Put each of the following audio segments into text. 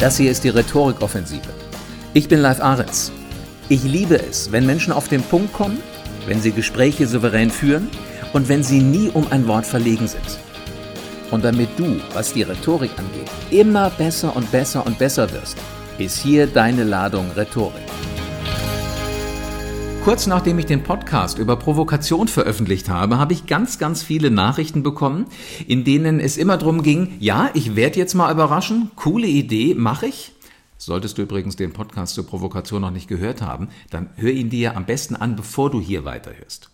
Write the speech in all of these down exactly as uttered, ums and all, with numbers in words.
Das hier ist die Rhetorikoffensive. Ich bin Live Ahrens. Ich liebe es, wenn Menschen auf den Punkt kommen, wenn sie Gespräche souverän führen und wenn sie nie um ein Wort verlegen sind. Und damit du, was die Rhetorik angeht, immer besser und besser und besser wirst, ist hier deine Ladung Rhetorik. Kurz nachdem ich den Podcast über Provokation veröffentlicht habe, habe ich ganz, ganz viele Nachrichten bekommen, in denen es immer darum ging, ja, ich werde jetzt mal überraschen, coole Idee, mache ich. Solltest du übrigens den Podcast zur Provokation noch nicht gehört haben, dann hör ihn dir am besten an, bevor du hier weiterhörst.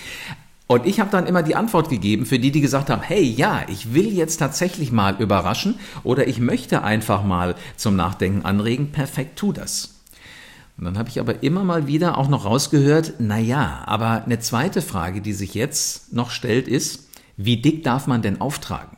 Und ich habe dann immer die Antwort gegeben für die, die gesagt haben, hey, ja, ich will jetzt tatsächlich mal überraschen oder ich möchte einfach mal zum Nachdenken anregen, perfekt, tu das. Und dann habe ich aber immer mal wieder auch noch rausgehört, naja, aber eine zweite Frage, die sich jetzt noch stellt, ist, wie dick darf man denn auftragen?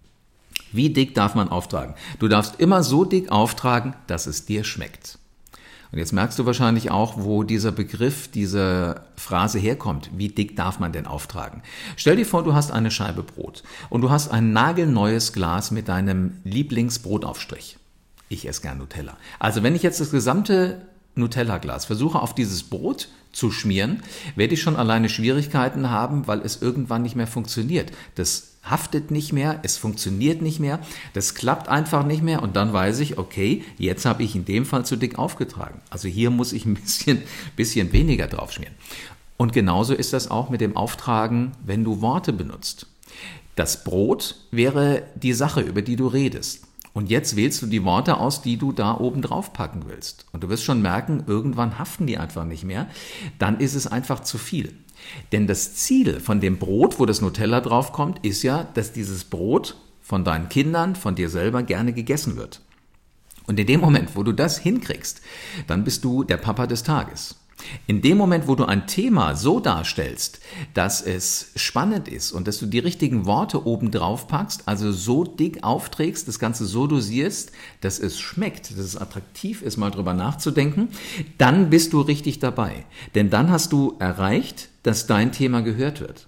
Wie dick darf man auftragen? Du darfst immer so dick auftragen, dass es dir schmeckt. Und jetzt merkst du wahrscheinlich auch, wo dieser Begriff, diese Phrase herkommt. Wie dick darf man denn auftragen? Stell dir vor, du hast eine Scheibe Brot und du hast ein nagelneues Glas mit deinem Lieblingsbrotaufstrich. Ich esse gern Nutella. Also wenn ich jetzt das gesamte Nutella-Glas versuche auf dieses Brot zu schmieren, werde ich schon alleine Schwierigkeiten haben, weil es irgendwann nicht mehr funktioniert. Das haftet nicht mehr, es funktioniert nicht mehr, das klappt einfach nicht mehr und dann weiß ich, okay, jetzt habe ich in dem Fall zu dick aufgetragen. Also hier muss ich ein bisschen, bisschen weniger drauf schmieren. Und genauso ist das auch mit dem Auftragen, wenn du Worte benutzt. Das Brot wäre die Sache, über die du redest. Und jetzt wählst du die Worte aus, die du da oben drauf packen willst. Und du wirst schon merken, irgendwann haften die einfach nicht mehr. Dann ist es einfach zu viel. Denn das Ziel von dem Brot, wo das Nutella draufkommt, ist ja, dass dieses Brot von deinen Kindern, von dir selber gerne gegessen wird. Und in dem Moment, wo du das hinkriegst, dann bist du der Papa des Tages. In dem Moment, wo du ein Thema so darstellst, dass es spannend ist und dass du die richtigen Worte oben drauf packst, also so dick aufträgst, das Ganze so dosierst, dass es schmeckt, dass es attraktiv ist, mal drüber nachzudenken, dann bist du richtig dabei. Denn dann hast du erreicht, dass dein Thema gehört wird.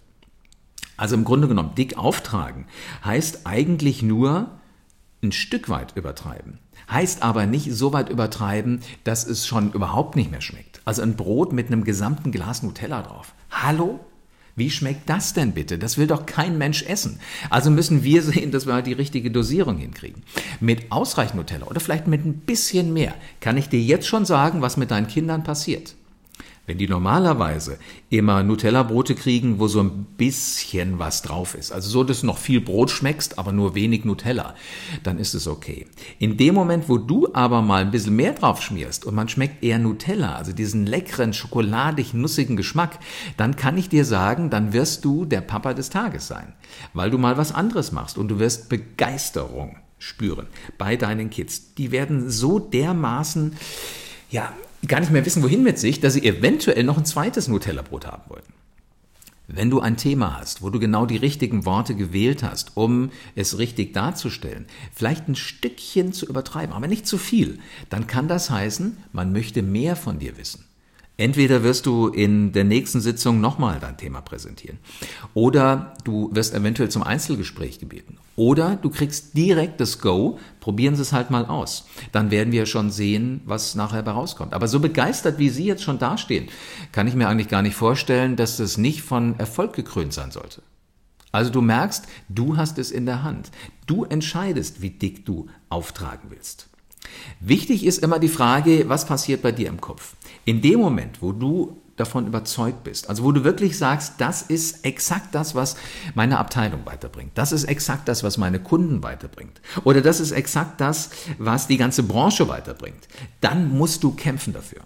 Also im Grunde genommen, dick auftragen heißt eigentlich nur ein Stück weit übertreiben. Heißt aber nicht so weit übertreiben, dass es schon überhaupt nicht mehr schmeckt. Also ein Brot mit einem gesamten Glas Nutella drauf. Hallo? Wie schmeckt das denn bitte? Das will doch kein Mensch essen. Also müssen wir sehen, dass wir halt die richtige Dosierung hinkriegen. Mit ausreichend Nutella oder vielleicht mit ein bisschen mehr kann ich dir jetzt schon sagen, was mit deinen Kindern passiert. Wenn die normalerweise immer Nutella-Brote kriegen, wo so ein bisschen was drauf ist, also so, dass du noch viel Brot schmeckst, aber nur wenig Nutella, dann ist es okay. In dem Moment, wo du aber mal ein bisschen mehr drauf schmierst und man schmeckt eher Nutella, also diesen leckeren, schokoladig-nussigen Geschmack, dann kann ich dir sagen, dann wirst du der Papa des Tages sein, weil du mal was anderes machst und du wirst Begeisterung spüren bei deinen Kids. Die werden so dermaßen, ja, gar nicht mehr wissen, wohin mit sich, dass sie eventuell noch ein zweites Nutella-Brot haben wollen. Wenn du ein Thema hast, wo du genau die richtigen Worte gewählt hast, um es richtig darzustellen, vielleicht ein Stückchen zu übertreiben, aber nicht zu viel, dann kann das heißen, man möchte mehr von dir wissen. Entweder wirst du in der nächsten Sitzung nochmal dein Thema präsentieren oder du wirst eventuell zum Einzelgespräch gebeten oder du kriegst direkt das Go, probieren Sie es halt mal aus. Dann werden wir schon sehen, was nachher dabei rauskommt. Aber so begeistert, wie Sie jetzt schon dastehen, kann ich mir eigentlich gar nicht vorstellen, dass das nicht von Erfolg gekrönt sein sollte. Also du merkst, du hast es in der Hand. Du entscheidest, wie dick du auftragen willst. Wichtig ist immer die Frage, was passiert bei dir im Kopf? In dem Moment, wo du davon überzeugt bist, also wo du wirklich sagst, das ist exakt das, was meine Abteilung weiterbringt, das ist exakt das, was meine Kunden weiterbringt oder das ist exakt das, was die ganze Branche weiterbringt, dann musst du kämpfen dafür.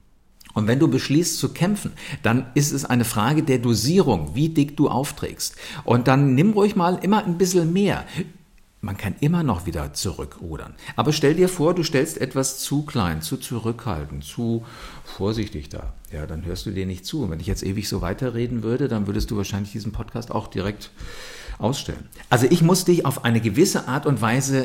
Und wenn du beschließt zu kämpfen, dann ist es eine Frage der Dosierung, wie dick du aufträgst. Und dann nimm ruhig mal immer ein bisschen mehr. Man kann immer noch wieder zurückrudern. Aber stell dir vor, du stellst etwas zu klein, zu zurückhaltend, zu vorsichtig da. Ja, dann hörst du dir nicht zu. Und wenn ich jetzt ewig so weiterreden würde, dann würdest du wahrscheinlich diesen Podcast auch direkt ausstellen. Also ich muss dich auf eine gewisse Art und Weise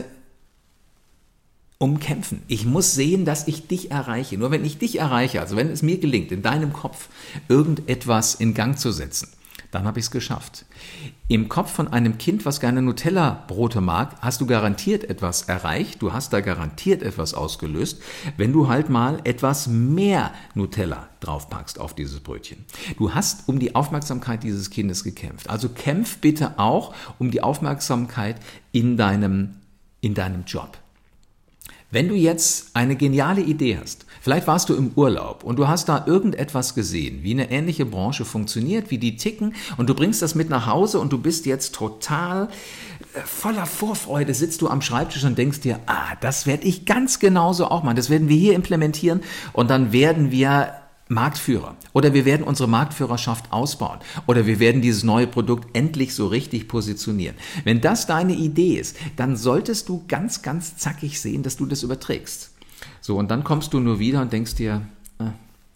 umkämpfen. Ich muss sehen, dass ich dich erreiche. Nur wenn ich dich erreiche, also wenn es mir gelingt, in deinem Kopf irgendetwas in Gang zu setzen, Dann habe ich es geschafft. Im Kopf von einem Kind, was gerne Nutella-Brote mag, hast du garantiert etwas erreicht, du hast da garantiert etwas ausgelöst, wenn du halt mal etwas mehr Nutella draufpackst auf dieses Brötchen. Du hast um die Aufmerksamkeit dieses Kindes gekämpft. Also kämpf bitte auch um die Aufmerksamkeit in deinem, in deinem Job. Wenn du jetzt eine geniale Idee hast, vielleicht warst du im Urlaub und du hast da irgendetwas gesehen, wie eine ähnliche Branche funktioniert, wie die ticken und du bringst das mit nach Hause und du bist jetzt total voller Vorfreude, sitzt du am Schreibtisch und denkst dir, ah, das werde ich ganz genauso auch machen, das werden wir hier implementieren und dann werden wir Marktführer oder wir werden unsere Marktführerschaft ausbauen oder wir werden dieses neue Produkt endlich so richtig positionieren. Wenn das deine Idee ist, dann solltest du ganz, ganz zackig sehen, dass du das überträgst. So, und dann kommst du nur wieder und denkst dir, äh,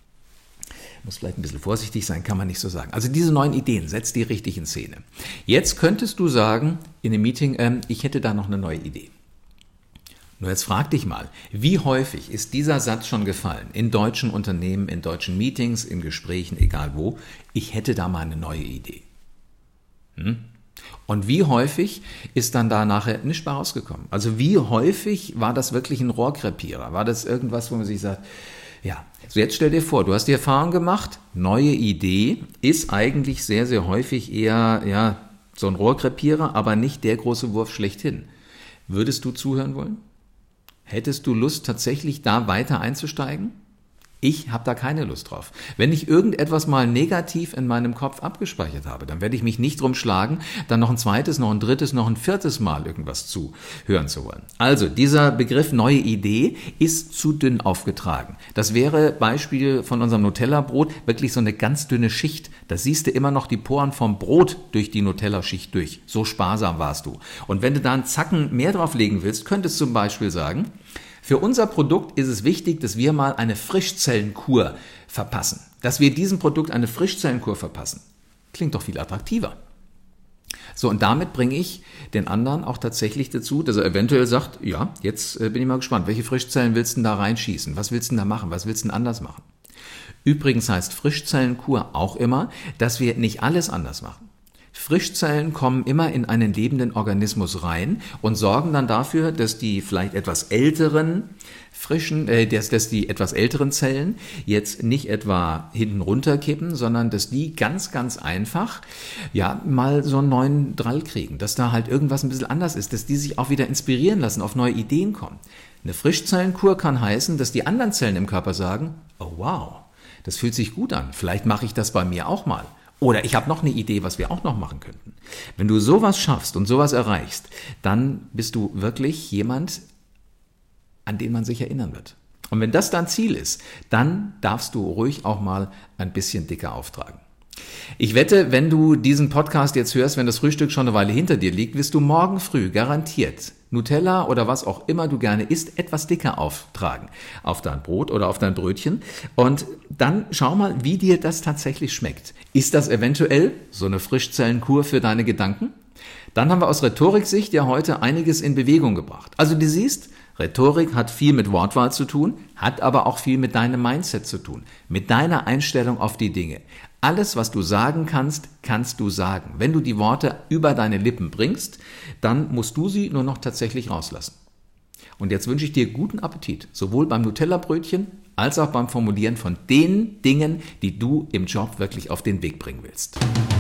muss vielleicht ein bisschen vorsichtig sein, kann man nicht so sagen. Also diese neuen Ideen, setz die richtig in Szene. Jetzt könntest du sagen in einem Meeting, ähm, ich hätte da noch eine neue Idee. Nur jetzt frag dich mal, wie häufig ist dieser Satz schon gefallen in deutschen Unternehmen, in deutschen Meetings, in Gesprächen, egal wo, ich hätte da mal eine neue Idee. Hm? Und wie häufig ist dann da nachher nichts mehr rausgekommen? Also wie häufig war das wirklich ein Rohrkrepierer? War das irgendwas, wo man sich sagt, ja, so jetzt stell dir vor, du hast die Erfahrung gemacht, neue Idee ist eigentlich sehr, sehr häufig eher ja, so ein Rohrkrepierer, aber nicht der große Wurf schlechthin. Würdest du zuhören wollen? Hättest du Lust, tatsächlich da weiter einzusteigen? Ich habe da keine Lust drauf. Wenn ich irgendetwas mal negativ in meinem Kopf abgespeichert habe, dann werde ich mich nicht drum schlagen, dann noch ein zweites, noch ein drittes, noch ein viertes Mal irgendwas zuhören zu wollen. Also, dieser Begriff neue Idee ist zu dünn aufgetragen. Das wäre Beispiel von unserem Nutella-Brot, wirklich so eine ganz dünne Schicht. Da siehst du immer noch die Poren vom Brot durch die Nutella-Schicht durch. So sparsam warst du. Und wenn du da einen Zacken mehr drauflegen willst, könntest du zum Beispiel sagen, für unser Produkt ist es wichtig, dass wir mal eine Frischzellenkur verpassen. Dass wir diesem Produkt eine Frischzellenkur verpassen. Klingt doch viel attraktiver. So, und damit bringe ich den anderen auch tatsächlich dazu, dass er eventuell sagt, ja, jetzt bin ich mal gespannt, welche Frischzellen willst du denn da reinschießen? Was willst du denn da machen? Was willst du denn anders machen? Übrigens heißt Frischzellenkur auch immer, dass wir nicht alles anders machen. Frischzellen kommen immer in einen lebenden Organismus rein und sorgen dann dafür, dass die vielleicht etwas älteren frischen, äh, dass, dass die etwas älteren Zellen jetzt nicht etwa hinten runterkippen, sondern dass die ganz, ganz einfach ja mal so einen neuen Drall kriegen, dass da halt irgendwas ein bisschen anders ist, dass die sich auch wieder inspirieren lassen, auf neue Ideen kommen. Eine Frischzellenkur kann heißen, dass die anderen Zellen im Körper sagen, oh wow, das fühlt sich gut an, vielleicht mache ich das bei mir auch mal. Oder ich habe noch eine Idee, was wir auch noch machen könnten. Wenn du sowas schaffst und sowas erreichst, dann bist du wirklich jemand, an den man sich erinnern wird. Und wenn das dein Ziel ist, dann darfst du ruhig auch mal ein bisschen dicker auftragen. Ich wette, wenn du diesen Podcast jetzt hörst, wenn das Frühstück schon eine Weile hinter dir liegt, wirst du morgen früh garantiert Nutella oder was auch immer du gerne isst, etwas dicker auftragen auf dein Brot oder auf dein Brötchen. Und dann schau mal, wie dir das tatsächlich schmeckt. Ist das eventuell so eine Frischzellenkur für deine Gedanken? Dann haben wir aus Rhetoriksicht ja heute einiges in Bewegung gebracht. Also du siehst, Rhetorik hat viel mit Wortwahl zu tun, hat aber auch viel mit deinem Mindset zu tun, mit deiner Einstellung auf die Dinge. Alles, was du sagen kannst, kannst du sagen. Wenn du die Worte über deine Lippen bringst, dann musst du sie nur noch tatsächlich rauslassen. Und jetzt wünsche ich dir guten Appetit, sowohl beim Nutella-Brötchen als auch beim Formulieren von den Dingen, die du im Job wirklich auf den Weg bringen willst.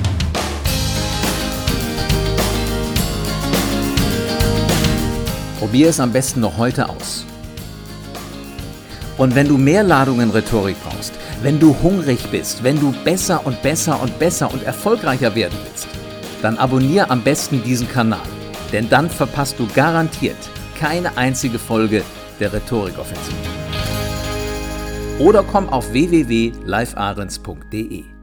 Probier es am besten noch heute aus. Und wenn du mehr Ladungen Rhetorik brauchst, wenn du hungrig bist, wenn du besser und besser und besser und erfolgreicher werden willst, dann abonniere am besten diesen Kanal, denn dann verpasst du garantiert keine einzige Folge der Rhetorikoffensive. Oder komm auf w w w punkt live ahrens punkt d e.